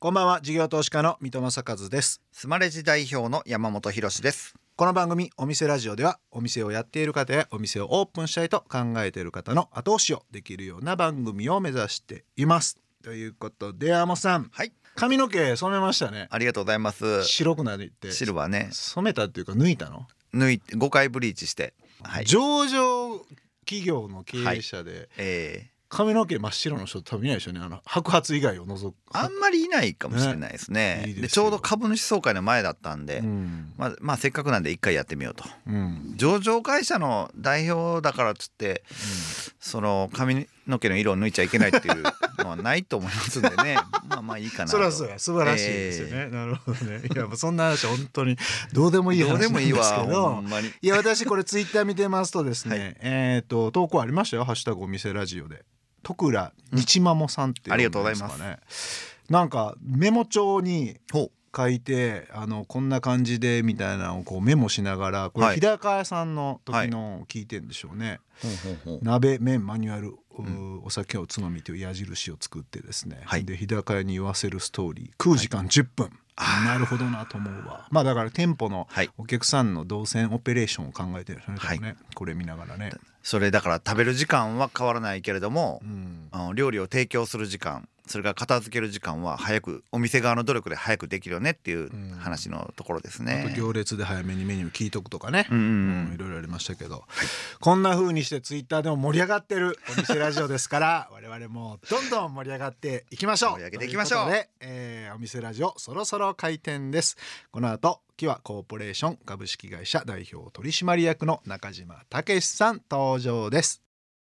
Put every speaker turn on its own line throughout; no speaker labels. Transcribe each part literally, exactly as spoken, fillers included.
こんばんは、事業投資家の三戸正和です。
スマレジ代表の山本博です。
この番組お店ラジオでは、お店をやっている方やお店をオープンしたいと考えている方の後押しをできるような番組を目指しています。ということで、山本さん、
はい、
髪の毛染めましたね。
ありがとうございます。
白くなって、
シルバーね、
染めたっていうか抜いたの？
抜いてごかいブリーチして、はい、
上場企業の経営者で、はい、
えー
髪の毛真っ白の人多分いないでしょうね。あの白髪以外を除く
あんまりいないかもしれないですね。
ね、いいですよ。
でちょうど株主総会の前だったんで、うん、まあ、まあせっかくなんで一回やってみようと、うん、上場会社の代表だからっつって、うん、その髪の毛の色を抜いちゃいけないっていうのはないと思いますんでねまあまあいいかなと。
そりゃそうや、素晴らしいですよね、えー、なるほどね。いやもうそんな話は本当にどうでもいい話なんですけど、どうでもいいわほんまに。いや私これツイッター見てますとですね、はい、えっ、ー、と投稿ありましたよ。ハッシュタグお店ラジオで徳倉日マモさんっていう、ね、
ありがとうございます。
なんかメモ帳に書いて、あのこんな感じでみたいなのをこうメモしながら、これ日高屋さんの時の聞いてんでしょうね、はい、鍋麺マニュアル、うん、お酒をつまみという矢印を作ってですね、はい、で日高屋に言わせるストーリー食う時間じゅっぷん、はい、なるほどなと思うわ。まあだから店舗のお客さんの動線オペレーションを考えてるんですね、はいね、これ見ながらね。
それだから食べる時間は変わらないけれども、うん、あの料理を提供する時間、それから片付ける時間は早く、お店側の努力で早くできるよねっていう話のところですね、
うん、あと行列で早めにメニュー聞いとくとかね、うんうんうん、いろいろありましたけど、はい、こんな風にしてツイッターでも盛り上がってるお店ラジオですから我々もどんどん盛り上がっていきましょう。
盛り上げていきましょう。ということで、
えー、お店ラジオそろそろ開店です。この後キワコーポレーション株式会社代表取締役の中島武さん登場です。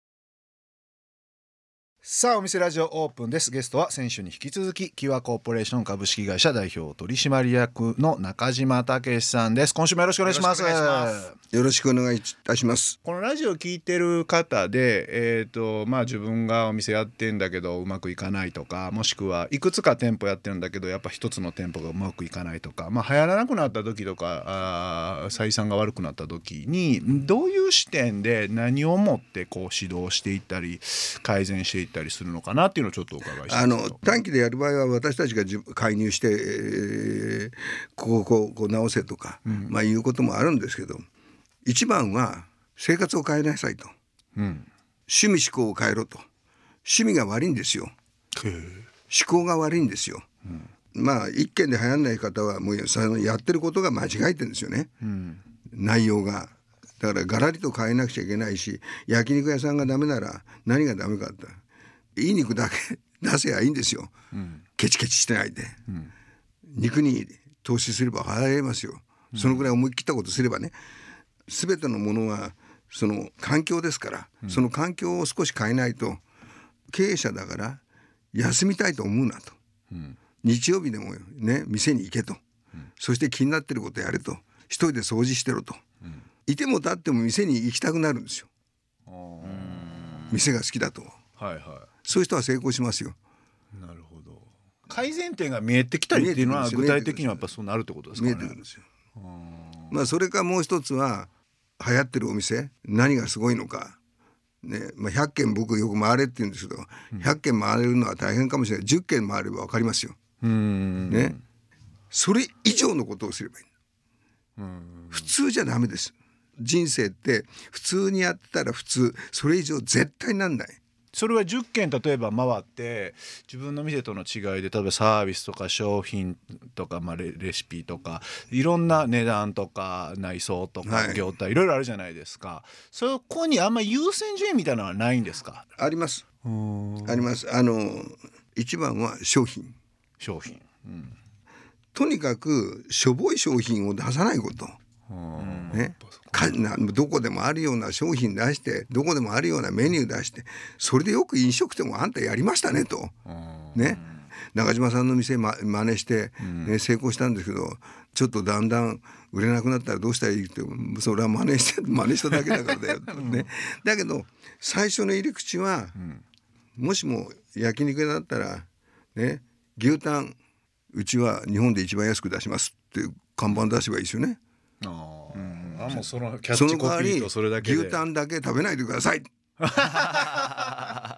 さあお店ラジオオープンです。ゲストは先週に引き続きキワコーポレーション株式会社代表取締役の中島武さんです。今週もよろしくお願いします。
よろしくお願いいたします。
このラジオ聞いてる方で、えーとまあ、自分がお店やってんだけどうまくいかないとか、もしくはいくつか店舗やってるんだけどやっぱ一つの店舗がうまくいかないとか、まあ、流行らなくなった時とかあ採算が悪くなった時にどういう視点で何をもってこう指導していったり改善していったりするのかなっていうのをちょっとお伺いしたいんですけど。
あの短期でやる場合は私たちが介入して、えー、こここうこう直せとか、うんまあ、いうこともあるんですけど、一番は生活を変えなさいと、うん、趣味思考を変えろと。趣味が悪いんですよ。思考が悪いんですよ、うん、まあ一軒で流行らない方はもうそのやってることが間違えてるんですよね、うん、内容が。だからガラリと変えなくちゃいけないし、焼肉屋さんがダメなら何がダメかっていい肉だけ出せばいいんですよ、うん、ケチケチしてないで、うん、肉に投資すれば払えますよ、うん、そのぐらい思い切ったことすればね。全てのものはその環境ですから、うん、その環境を少し変えないと。経営者だから休みたいと思うなと、うん、日曜日でもね店に行けと、うん、そして気になってることやれと、一人で掃除してろと、うん、いても立っても店に行きたくなるんですよ。店が好きだと、はいはい、そういう人は成功しますよ。
なるほど。改善点が見えてきたりっていうのは具体的にはやっぱそうなるってことですかね。
見えてくるんですよ。まあそれかもう一つは流行ってるお店何がすごいのかね。まあ、ひゃっけん僕よく回れって言うんですけど、うん、ひゃっけん回れるのは大変かもしれない。じゅっけん回れば分かりますよ。うんね。それ以上のことをすればいい。うん普通じゃダメです。人生って普通にやってたら普通、それ以上絶対なんない。
それはじゅっけん例えば回って自分の店との違いで、例えばサービスとか商品とか、まあ、レ, レシピとかいろんな値段とか内装とか業態、はい、いろいろあるじゃないですか。そこにあんまり優先順位みたいなのはないんですか？
あります。あります。あの一番は商品
商品、うん、
とにかくしょぼい商品を出さないこと、ね、かなどこでもあるような商品出して、どこでもあるようなメニュー出して、それでよく飲食店もあんたやりましたねと、ね、中島さんの店、ま、真似して、ね、成功したんですけど、ちょっとだんだん売れなくなったらどうしたらいいって、それは真似して真似しただけだからだよ、ね、だけど最初の入り口は、うん、もしも焼肉だったら、ね、牛タンうちは日本で一番安く出しますっていう看板出せばいいですよね。
あ、うん、あもうそのキャッチコピーとそれだけで、
牛タンだけ食べないでください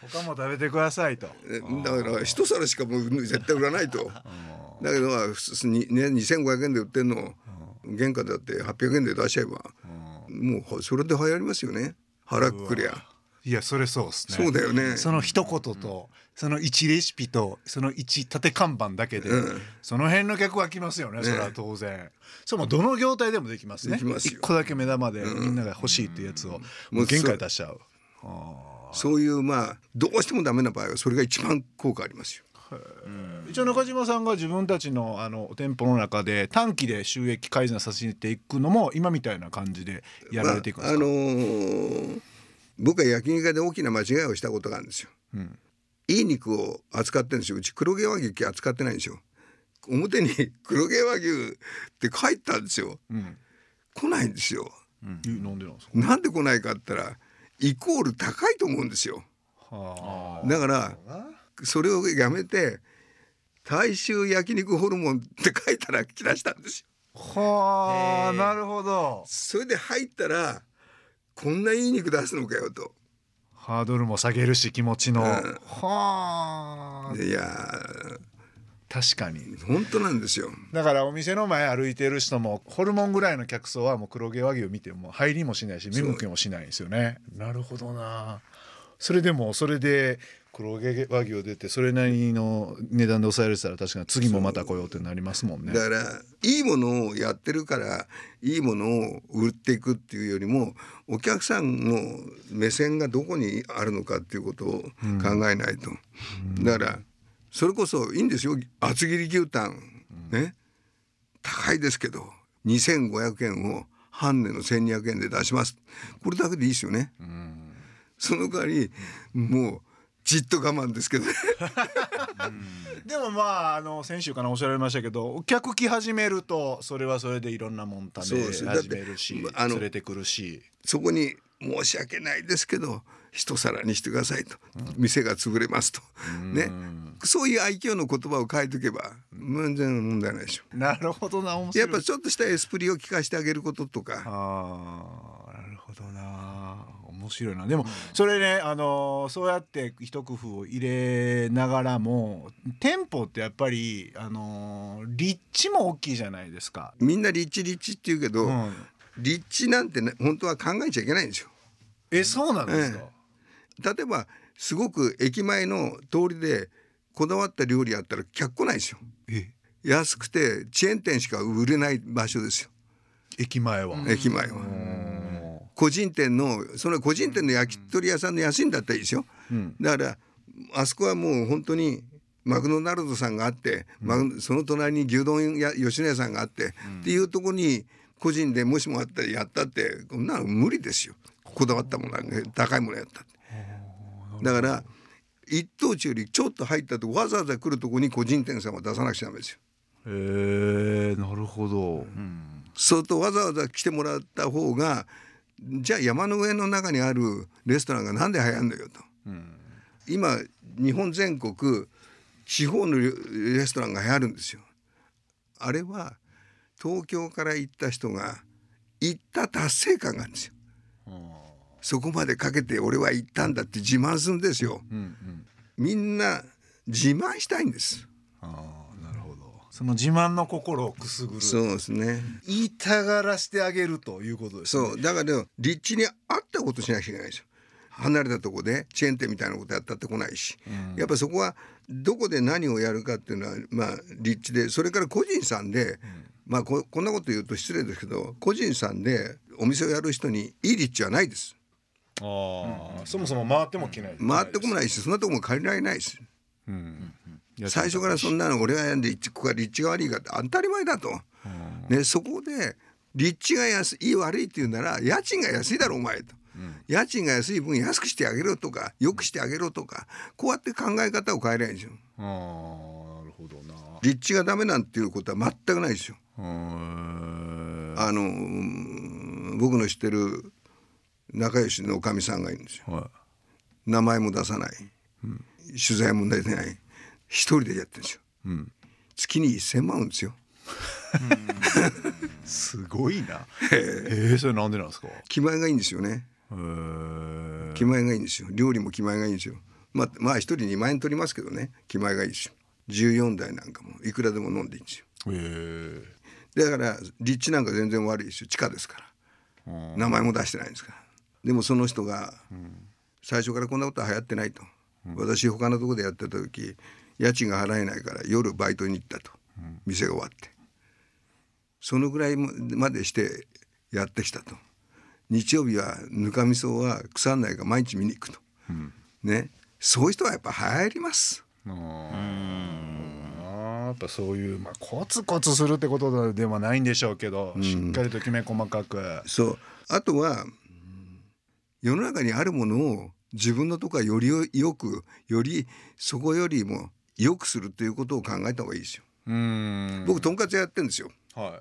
他も食べてくださいと。
だから一皿しかもう絶対売らないと。だけどねにせんごひゃくえんで売ってんの原価だってはっぴゃくえんで出しちゃえばもうそれで流行りますよね。腹くくりゃ。
いやそれそうですね。
そうだよね。
その一言と、その一レシピとその一縦看板だけで、うん、その辺の客は来ますよね。ね、それは当然。それもどの業態でもできますね。一個だけ目玉でみんなが欲しいっていうやつを、うん、もう限界出しちゃう。
そういうまあどうしてもダメな場合はそれが一番効果ありますよ。
一応中島さんが自分たちのあの店舗の中で短期で収益改善させていくのも今みたいな感じでやられていくんですか。
まああのー僕は焼肉屋で大きな間違いをしたことがあるんですよ、うん、いい肉を扱ってるんですよ。うち黒毛和牛扱ってないんですよ。表に黒毛和牛って書いてあるんですよ、うん、来ないんですよ、
うん、なんでなんですか。
なんで来ないかって言ったらイコール高いと思うんですよ。はあ、だからそれをやめて大衆焼肉ホルモンって書いたら来だしたんですよ。
はあ、なるほど。
それで入ったらこんないい肉出すのかよと。
ハードルも下げるし気持ちの、うん、
はあ。いや
確かに
本当なんですよ。
だからお店の前歩いてる人もホルモンぐらいの客層はもう黒毛和牛見ても入りもしないし見向きもしないんですよね。なるほどな。それでもそれで黒毛和牛出てそれなりの値段で抑えられてたら確かに次もまた来ようってなりますもんね。
だからいいものをやってるからいいものを売っていくっていうよりもお客さんの目線がどこにあるのかっていうことを考えないと、うん、だからそれこそいいんですよ。厚切り牛タンね、高いですけどにせんごひゃくえんを半値のせんにひゃくえんで出します。これだけでいいですよね、うん、その代わりもうじっと我慢ですけどね
うん、でもまああの先週からおっしゃられましたけどお客来始めるとそれはそれでいろんなもん食べ始めるし連れてくるし
そこに申し訳ないですけど一皿にしてくださいと、うん、店が潰れますと、ね、そういう愛嬌の言葉を書いておけば全然問題ないでしょ。
なるほどな。面白い。
やっぱちょっとしたエスプリを聞かせてあげることとか。
あーなるほどな。面白いな。でもそれね、あのー、そうやって一工夫を入れながらも店舗ってやっぱり、あのー、立地も大きいじゃないですか。
みんな立地立地って言うけど、うん、立地なんて、ね、本当は考えちゃいけないんですよ。
え、そうなんですか。え
え、例えばすごく駅前の通りでこだわった料理あったら客来ないですよ。え、安くてチェーン店しか売れない場所ですよ。
駅前は。
駅前は個人店のその個人店の焼き鳥屋さんの安いんだったらいいですよ、うん、だからあそこはもう本当にマクドナルドさんがあって、うん、その隣に牛丼や吉野家さんがあって、うん、っていうところに個人でもしもあったらやったってこんなの無理ですよ。こだわったもの高いものやったって。だから一等地よりちょっと入ったとわざわざ来るところに個人店さんは出さなくちゃダメですよ。
へえ、なるほど、うん、
そうとわざわざ来てもらった方がじゃあ山の上の中にあるレストランがなんで流行るのよと、うん、今日本全国地方のレストランが流行るんですよ。あれは東京から行った人が行った達成感があるんですよ、うん、そこまでかけて俺は行ったんだって自慢するんですよ、うんうん、みんな自慢したいんです。
あ、なるほど。その自慢の心をくすぐる。
そうですね。
言いたがらしてあげるということですね。
そうだから立地に合ったことしなきゃいけないですよ。離れたとこでチェーン店みたいなことやったってこないし、うん、やっぱそこはどこで何をやるかっていうのはまあ立地で、それから個人さんで、うん、まあ こ, こんなこと言うと失礼ですけど個人さんでお店をやる人にいい立地はないです。
あ、うん、そもそも回っても来ない、
回ってこないしそんなとこも借りられないです、うんうん、最初からそんなの俺がやんでここが立地が悪いかって当たり前だと、うんね、そこで立地が安い悪いって言うなら家賃が安いだろお前と、うん、家賃が安い分安くしてあげろとか良くしてあげろとかこうやって考え方を変えないんですよ。
あ、なるほどな。
立地がダメなんていうことは全くないですよ。あの僕の知ってる仲良しのおかみさんがいるんですよ、はい、名前も出さない、うん、取材も出てない一人でやってるんですよ、うん、月にせんまんですよ
すごいな。えー、それなんでなんですか。
気前がいいんですよね。気前がいいんですよ。料理も気前がいいんですよ。 まあまあ一人にまんえん取りますけどね、気前がいいですよ。じゅうよんだいなんかもいくらでも飲んでいいんですよ。
へ
だから立地なんか全然悪いですよ。地下ですから、名前も出してないんですから。でもその人が、うん、最初からこんなことは流行ってないと、うん、私他のところでやってた時家賃が払えないから夜バイトに行ったと、うん、店が終わってそのぐらいまでしてやってきたと。日曜日はぬかみそは腐んないから毎日見に行くと、うん、ね、そういう人はやっぱ流行ります。
うん、やっぱそういう、まあ、コツコツするってことではないんでしょうけど、うん、しっかりときめ細かく。
そう、あとは世の中にあるものを自分のとこはよりよく、よりそこよりも良くするということを考えた方がいいですよ。うん、僕とんかつ屋やってるんですよ、はい、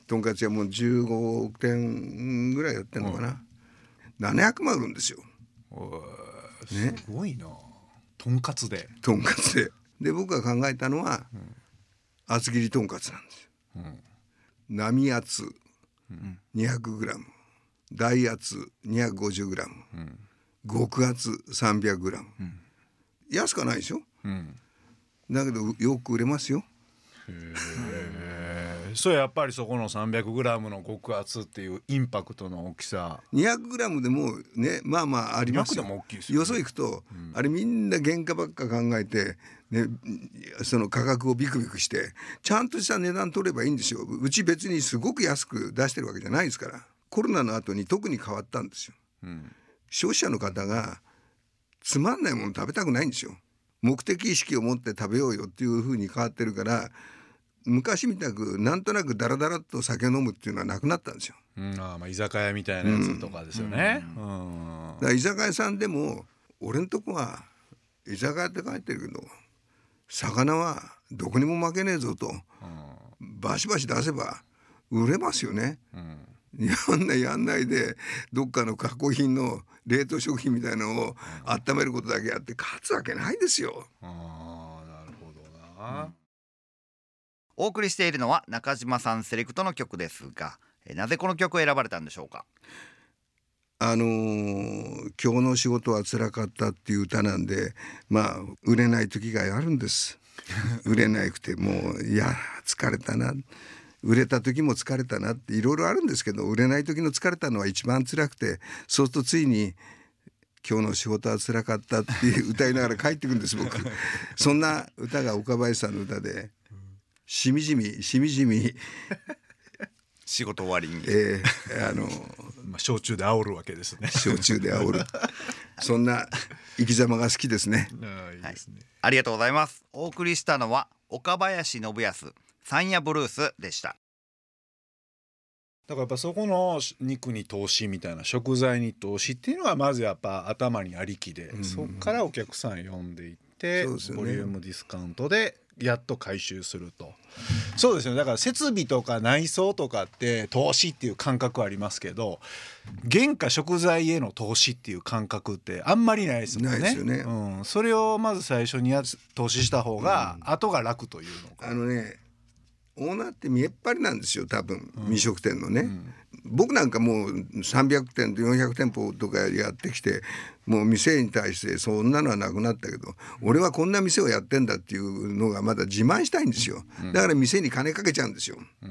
とんかつ屋もうじゅうごおくてんぐらいやってるのかな、うん、ななひゃくまん売るんですよ。
ね、すごいな。とんかつで
とんかつでで僕が考えたのは、うん、厚切りとんかつなんですよ、うん、並厚 にひゃくグラム、うん、大厚 にひゃくごじゅうグラム、うん、極厚 さんびゃくグラム、うん、安くはないでしょ、うん、だけどよく売れますよ。
へえ。それやっぱりそこの さんびゃくグラム の極厚っていうインパクトの大きさ。
にひゃくグラム でもね、まあまあありますよ。
にひゃくでも大きいですよね。
よそ行くと、うん、あれみんな原価ばっか考えて、ね、その価格をビクビクしてちゃんとした値段取ればいいんですよ。うち別にすごく安く出してるわけじゃないですから。コロナの後に特に変わったんですよ、うん、消費者の方がつまんないもの食べたくないんですよ。目的意識を持って食べようよっていう風に変わってるから、昔みたくなんとなくダラダラっと酒飲むっていうのはなくなったんですよ、
うん、あまあ居酒屋みたいなやつとかですよね、
うんうん、だから居酒屋さんでも俺んとこは居酒屋って書いてるけど魚はどこにも負けねえぞと、うん、バシバシ出せば売れますよね、うん、やんないやんないでどっかの加工品の冷凍食品みたいなのを温めることだけやって勝つわけないですよ、うん、
ああなるほどな、うん。
お送りしているのは中島さんセレクトの曲ですが、なぜこの曲を選ばれたんでしょうか。
あのー、今日の仕事は辛かったっていう歌なんで、まあ売れない時があるんです売れなくてもういや疲れたな、売れた時も疲れたなっていろいろあるんですけど、売れない時の疲れたのは一番辛くて、そうするとついに今日の仕事は辛かったって歌いながら帰ってくるんです僕そんな歌が岡林さんの歌で、しみじみしみじみ
仕事終わりに、
えー、あの
まあ焼酎で煽るわけですね。
焼酎で煽るそんな生き様が好きですね。
あ、いいですね、はい、ありがとうございます。お送りしたのは岡林信康山谷ブルースでした。
だからやっぱそこの肉に投資みたいな、食材に投資っていうのがまずやっぱ頭にありきで、うん、そこからお客さん呼んでいって、ね、ボリュームディスカウントでやっと回収すると。そうですよね。だから設備とか内装とかって投資っていう感覚ありますけど、原価食材への投資っていう感覚ってあんまりないですもんね。
ないですよね、
うん、それをまず最初にや投資した方が後が楽というのか、
うん、あのねオーナーって見えっ張りなんですよ多分、うん、飲食店のね、うん、僕なんかもうさんびゃくてんとよんひゃくてんぽとかやってきて、もう店に対してそんなのはなくなったけど、俺はこんな店をやってんだっていうのがまだ自慢したいんですよ。だから店に金かけちゃうんですよ、うん、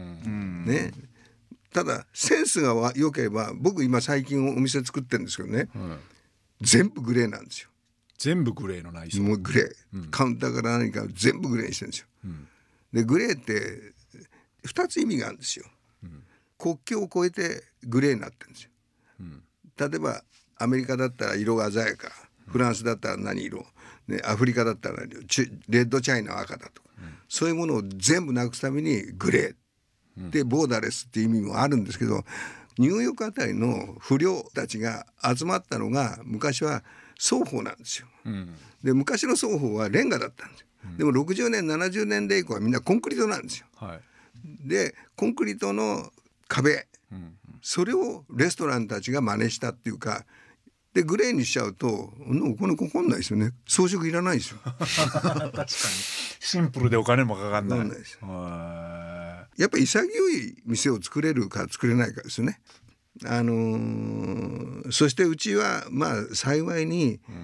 ね。ただセンスが良ければ、僕今最近お店作ってるんですけどね、うん、全部グレーなんですよ。
全部グレーの内装、
もうグレー、うん、カウンターから何か全部グレーにしてるんですよ、うん、でグレーってふたつ意味があるんですよ、うん、国境を越えてグレーになってるんですよ、うん、例えばアメリカだったら色が鮮やか、フランスだったら何色、ね、アフリカだったらレッドチャイナ赤だとか、うん、そういうものを全部なくすためにグレーで、ボーダレスっていう意味もあるんですけど、ニューヨークあたりの不良たちが集まったのが昔は双方なんですよ、うん、で昔の双方はレンガだったんですよ、うん、でもろくじゅうねんななじゅうねんで以降はみんなコンクリートなんですよ、はい、でコンクリートの壁、うんうん、それをレストランたちが真似したっていうか、でグレーにしちゃうとお金かかんないですよね。装飾いらないですよ
確かにシンプルでお金もかかんない。かかんないです。
やっぱり潔い店を作れるか作れないかですよね。あのー、そしてうちはまあ幸いに、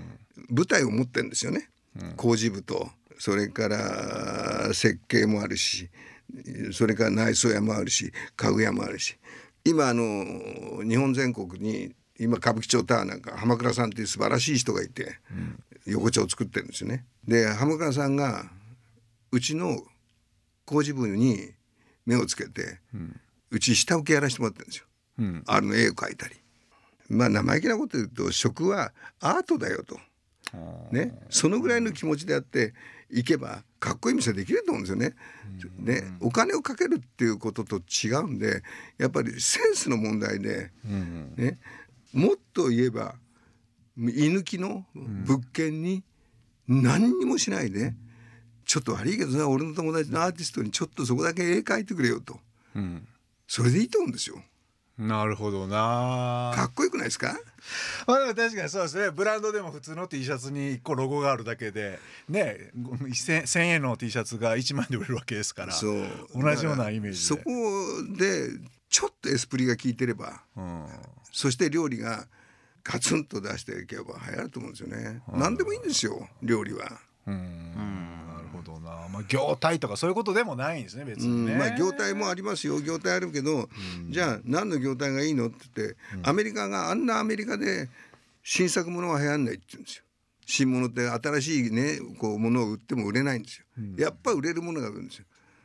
部隊を持ってるんですよね、うん、工事部とそれから設計もあるし、それから内装屋もあるし家具屋もあるし、今あの日本全国に今歌舞伎町タワーなんか浜倉さんっていう素晴らしい人がいて、うん、横丁を作ってるんですよね。で浜倉さんがうちの工事部に目をつけて、うん、うち下請けやらせてもらってるんですよ、うん、あの絵を描いたり、まあ生意気なこと言うと食はアートだよと、ね、そのぐらいの気持ちでやっていけばかっこいい店できると思うんですよね。でお金をかけるっていうことと違うんで、やっぱりセンスの問題で、ね、もっと言えば居抜きの物件に何にもしないで、ちょっと悪いけどさ俺の友達のアーティストにちょっとそこだけ絵描いてくれよと、うん、それでいいと思うんですよ。
なるほどな。
かっこよくないですか。
まあでも確かにそうですね。ブランドでも普通の T シャツにいっこロゴがあるだけでね、せんえんの T シャツがいちまんえんで売れるわけですから、そう同じようなイメージで、
そこでちょっとエスプリが効いてれば、うん、そして料理がガツンと出していけば流行ると思うんですよね、うん、何でもいいんですよ料理は。うん、
なるほどな。まあ、業態とかそういうことでもないんですね別にね、
うん、まあ、業態もありますよ。業態あるけど、うん、じゃあ何の業態がいいのって言って、うん、アメリカがあんなアメリカで新作ものは流行んないって言うんですよ。新物って新しいねこうものを売っても売れないんですよ、うん、やっぱ売れるものが売るんですよ、うん、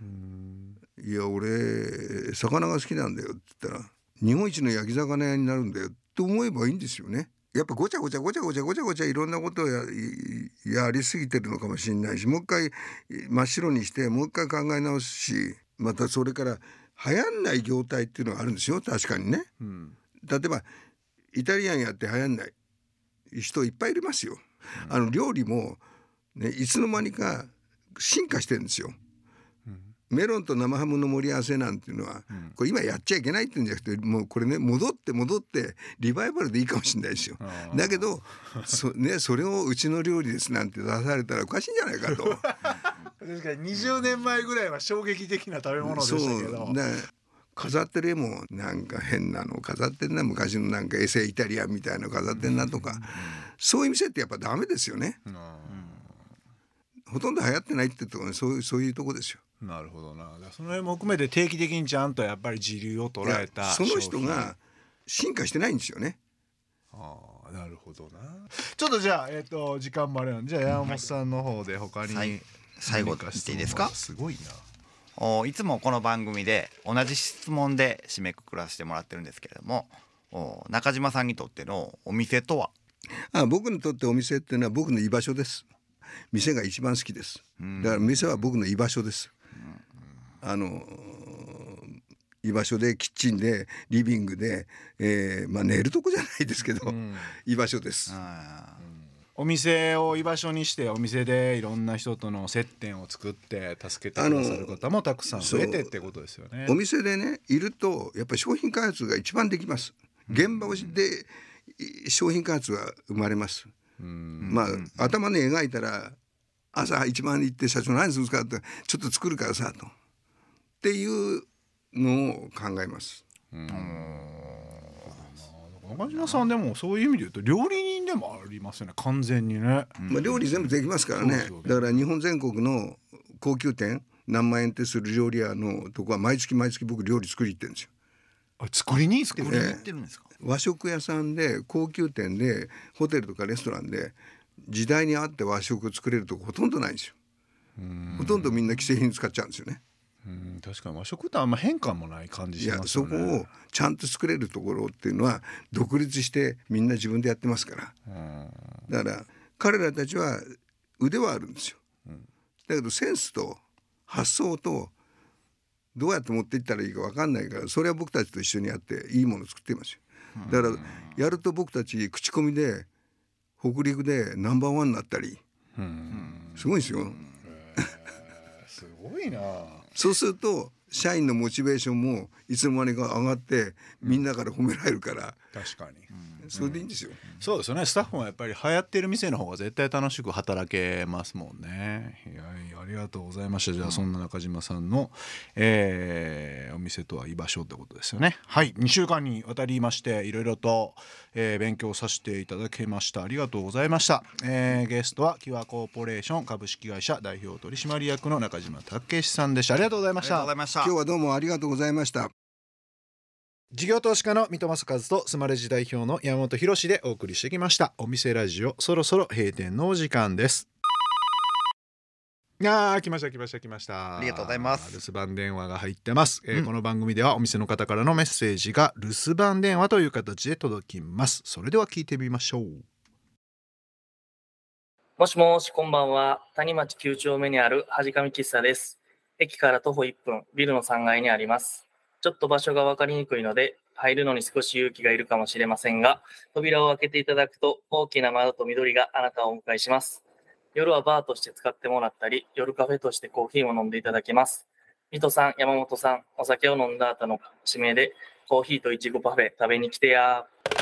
いや俺魚が好きなんだよって言ったら日本一の焼き魚屋になるんだよって思えばいいんですよね。やっぱごちゃごちゃごちゃごちゃごちゃごちゃいろんなことを や, やりすぎてるのかもしれないし、もう一回真っ白にしてもう一回考え直すし、またそれから流行んない業態っていうのがあるんですよ確かにね、うん、例えばイタリアンやって流行んない人いっぱいいますよ、うん、あの料理も、ね、いつの間にか進化してるんですよ、うん、メロンと生ハムの盛り合わせなんていうのは、うん、これ今やっちゃいけないっていうんじゃなくてもうこれね戻って戻ってリバイバルでいいかもしれないですよ。だけど そ,、ね、それをうちの料理ですなんて出されたらおかしいんじゃないかと
確かににじゅうねんまえぐらいは衝撃的な食べ物でしたけど、
そうね、飾ってる絵もなんか変なの飾ってんな、昔のなんかエセイタリアンみたいなの飾ってんなとか、うん、そういう店ってやっぱダメですよね、うん、ほとんど流行ってないってところ、ね、そういうそういうとこですよ。
なるほどな。その辺も含めて定期的にちゃんとやっぱり時流を捉えた
その人が進化してないんですよね。
ああ、なるほどな。ちょっとじゃあ、えーと、時間もあれなんで、じゃあ山本さんの方で他に、はい、
最後言っていいですか。
すごいな。
おいつもこの番組で同じ質問で締めくくらせてもらってるんですけれども、お中島さんにとってのお店とは。
あ、僕にとってお店っていうのは僕の居場所です。店が一番好きです。だから店は僕の居場所です。あの居場所でキッチンでリビングで、えーまあ、寝るとこじゃないですけど、うん、居場所です。あ、
お店を居場所にしてお店でいろんな人との接点を作って助けてくださる方もたくさん増えてってことですよね。
お店でねいるとやっぱり商品開発が一番できます。現場で商品開発が生まれます。うん、まあ頭に描いたら朝一番行って社長何するんですかってちょっと作るからさとっていうのを考えます。うん、
中島さんでもそういう意味で言うと料理人でもありますよね完全にね、
まあ、料理全部できますからね。だから日本全国の高級店何万円ってする料理屋のとこは毎月毎月僕料理作り行ってるんですよ。
あ、作りに作
りに行ってるんですか。
和食屋さんで高級店でホテルとかレストランで時代に合って和食を作れるとこほとんどないんですよ。ほとんどみんな既製品使っちゃうんですよね。
うん、確かに和食ってあんま変化もない感じしますよね。
いや、そこをちゃんと作れるところっていうのは独立してみんな自分でやってますから。だから彼らたちは腕はあるんですよ、うん、だけどセンスと発想とどうやって持っていったらいいか分かんないから、それは僕たちと一緒にやっていいものを作っていますよ。だからやると僕たち口コミで北陸でナンバーワンになったり、すごいですよ。
すごいな。
そうすると社員のモチベーションもいつの間にか上がってみんなから褒められるから、
確かに、
それでいいんですよ、
うん、そうですよね。スタッフもやっぱり流行ってる店の方が絶対楽しく働けますもんね。いやいやありがとうございました。じゃあそんな中島さんの、えー、お店とは居場所ってことですよね。はい、にしゅうかんにわたりましていろいろと、えー、勉強させていただきました。ありがとうございました。えー、ゲストはキワコーポレーション株式会社代表取締役の中島武さんでした。ありがとうございました。
ありがとうございました。
今日はどうもありがとうございました。
事業投資家の三戸正和とスマレジ代表の山本博史でお送りしてきましたお店ラジオ、そろそろ閉店のお時間です。あー来ました来ました来ました
ありがとうございます。
留守番電話が入ってます、えー
うん、
この番組ではお店の方からのメッセージが留守番電話という形で届きます。それでは聞いてみましょう。
もしもし、こんばんは。谷町きゅう丁目にあるはじかみ喫茶です。駅から徒歩いっぷん、ビルのさんがいにあります。ちょっと場所が分かりにくいので、入るのに少し勇気がいるかもしれませんが、扉を開けていただくと大きな窓と緑があなたをお迎えします。夜はバーとして使ってもらったり、夜カフェとしてコーヒーを飲んでいただけます。水戸さん、山本さん、お酒を飲んだ後の指名で、コーヒーといちごパフェ食べに来てや。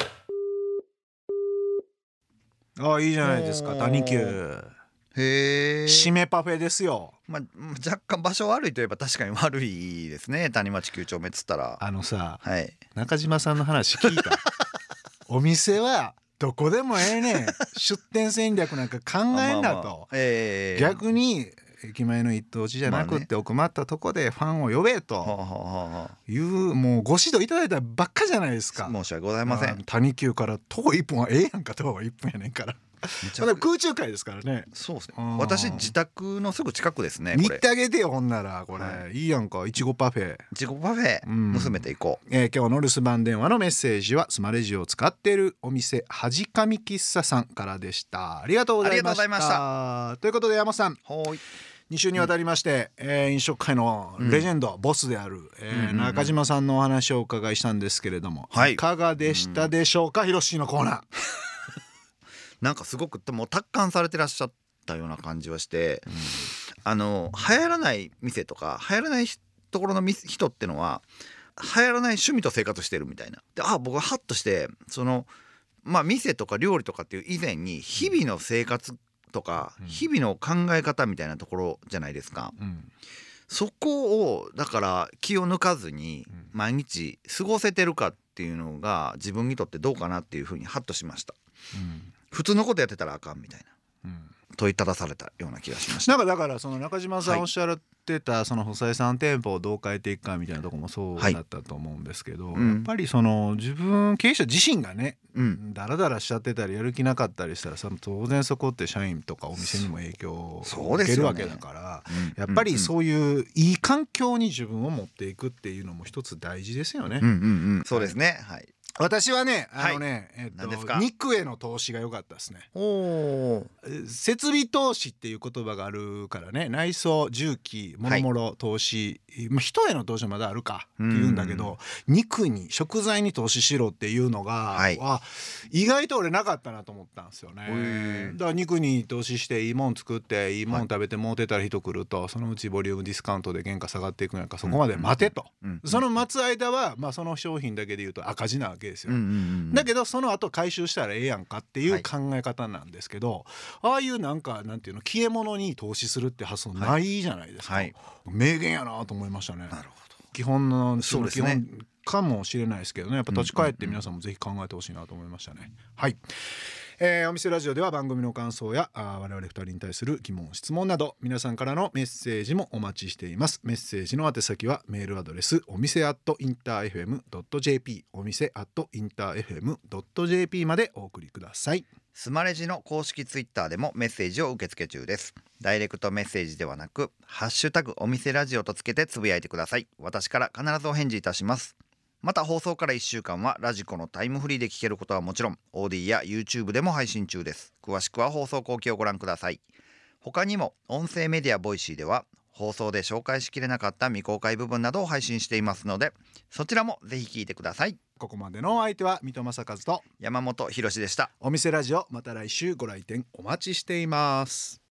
あ、いいじゃないですか。谷急
へー、
締めパフェですよ。
まあ、若干場所悪いといえば確かに悪いですね。谷町きゅう丁目っつったら。
あのさ、
はい、
中島さんの話聞いたお店はどこでもええねん出店戦略なんか考えんなと、まあまあまあ、えー、逆に駅前の一等地じゃなくって奥まったとこでファンを呼べという、もうご指導いただいたばっかじゃないですか。
申し訳ございません。
谷急から徒歩いっぷんはええやんか。徒歩いっぷんやねんからまだ空中会ですからね。
そうですね。私自宅のすぐ近くですね。
見てあげてよほんなら。これ、はい、いいやんか。いちごパフェ
いちごパフェ、うん、娘と行こう、
えー、今日の留守番電話のメッセージはスマレジを使っているお店はじかみ喫茶さんからでした。ありがとうございました。ありがとうございました。ということで山さん、はい、に週にわたりまして、うん、えー、飲食界のレジェンド、うん、ボスである、えーうん、中島さんのお話をお伺いしたんですけれども、はい、いかがでしたでしょうか。ひろしのコーナー
なんかすごくもう達観されてらっしゃったような感じはして、うん、あの流行らない店とか流行らないところの人ってのは流行らない趣味と生活してるみたいな。で、あ、僕はハッとしてそのまあ店とか料理とかっていう以前に日々の生活とか、うん、日々の考え方みたいなところじゃないですか、うん、そこをだから気を抜かずに毎日過ごせてるかっていうのが自分にとってどうかなっていうふうにハッとしました、うん、普通のことやってたらあかんみたいな、うん、問いただされたような気がしました。
なんかだからその中島さんおっしゃってたその補正さん店舗をどう変えていくかみたいなところもそうだったと思うんですけど、はい、やっぱりその自分経営者自身がね、うん、だらだらしちゃってたりやる気なかったりしたら当然そこって社員とかお店にも影響を受けるわけだから、ね、やっぱりそういういい環境に自分を持っていくっていうのも一つ大事ですよね。
うんうんうん、そうですね、はい。
私はね、あのね、はい、えっと、肉への投資が良かったですね。お設備投資っていう言葉があるからね、内装、重機、もろもろ投資、はい、人への投資はまだあるかって言うんだけど、肉に食材に投資しろっていうのが、はい、あ意外と俺なかったなと思ったんですよね。だから肉に投資していいもん作っていいもん食べてもうてたら人来ると、そのうちボリュームディスカウントで原価下がっていくんやから、そこまで待てと、うんうんうん、その待つ間は、まあ、その商品だけで言うと赤字なわけですよ、うんうんうん、だけどその後回収したらええやんかっていう考え方なんですけど、はい、ああいうなんかなんていうの消え物に投資するって発想ないじゃないですか、はいはい、名言やなと思いましたね。なるほど。基本のそうですね、基本かもしれないですけどね、やっぱ立ち返って皆さんもぜひ考えてほしいなと思いましたね、うんうんうん、はい。えー、お店ラジオでは番組の感想やあ我々ふたりに対する疑問質問など皆さんからのメッセージもお待ちしています。メッセージの宛先はメールアドレスお店アットインターエフエムドットジェーピー お店アットインターエフエムドットジェーピー までお送りください。
スマレジの公式ツイッターでもメッセージを受け付け中です。ダイレクトメッセージではなくハッシュタグお店ラジオとつけてつぶやいてください。私から必ずお返事いたします。また放送からいっしゅうかんはラジコのタイムフリーで聞けることはもちろん オーディー や YouTube でも配信中です。詳しくは放送後期をご覧ください。他にも音声メディアボイシーでは放送で紹介しきれなかった未公開部分などを配信していますので、そちらもぜひ聞いてください。
ここまでのお相手は水戸正和と
山本博史でした。
お店ラジオ、また来週ご来店お待ちしています。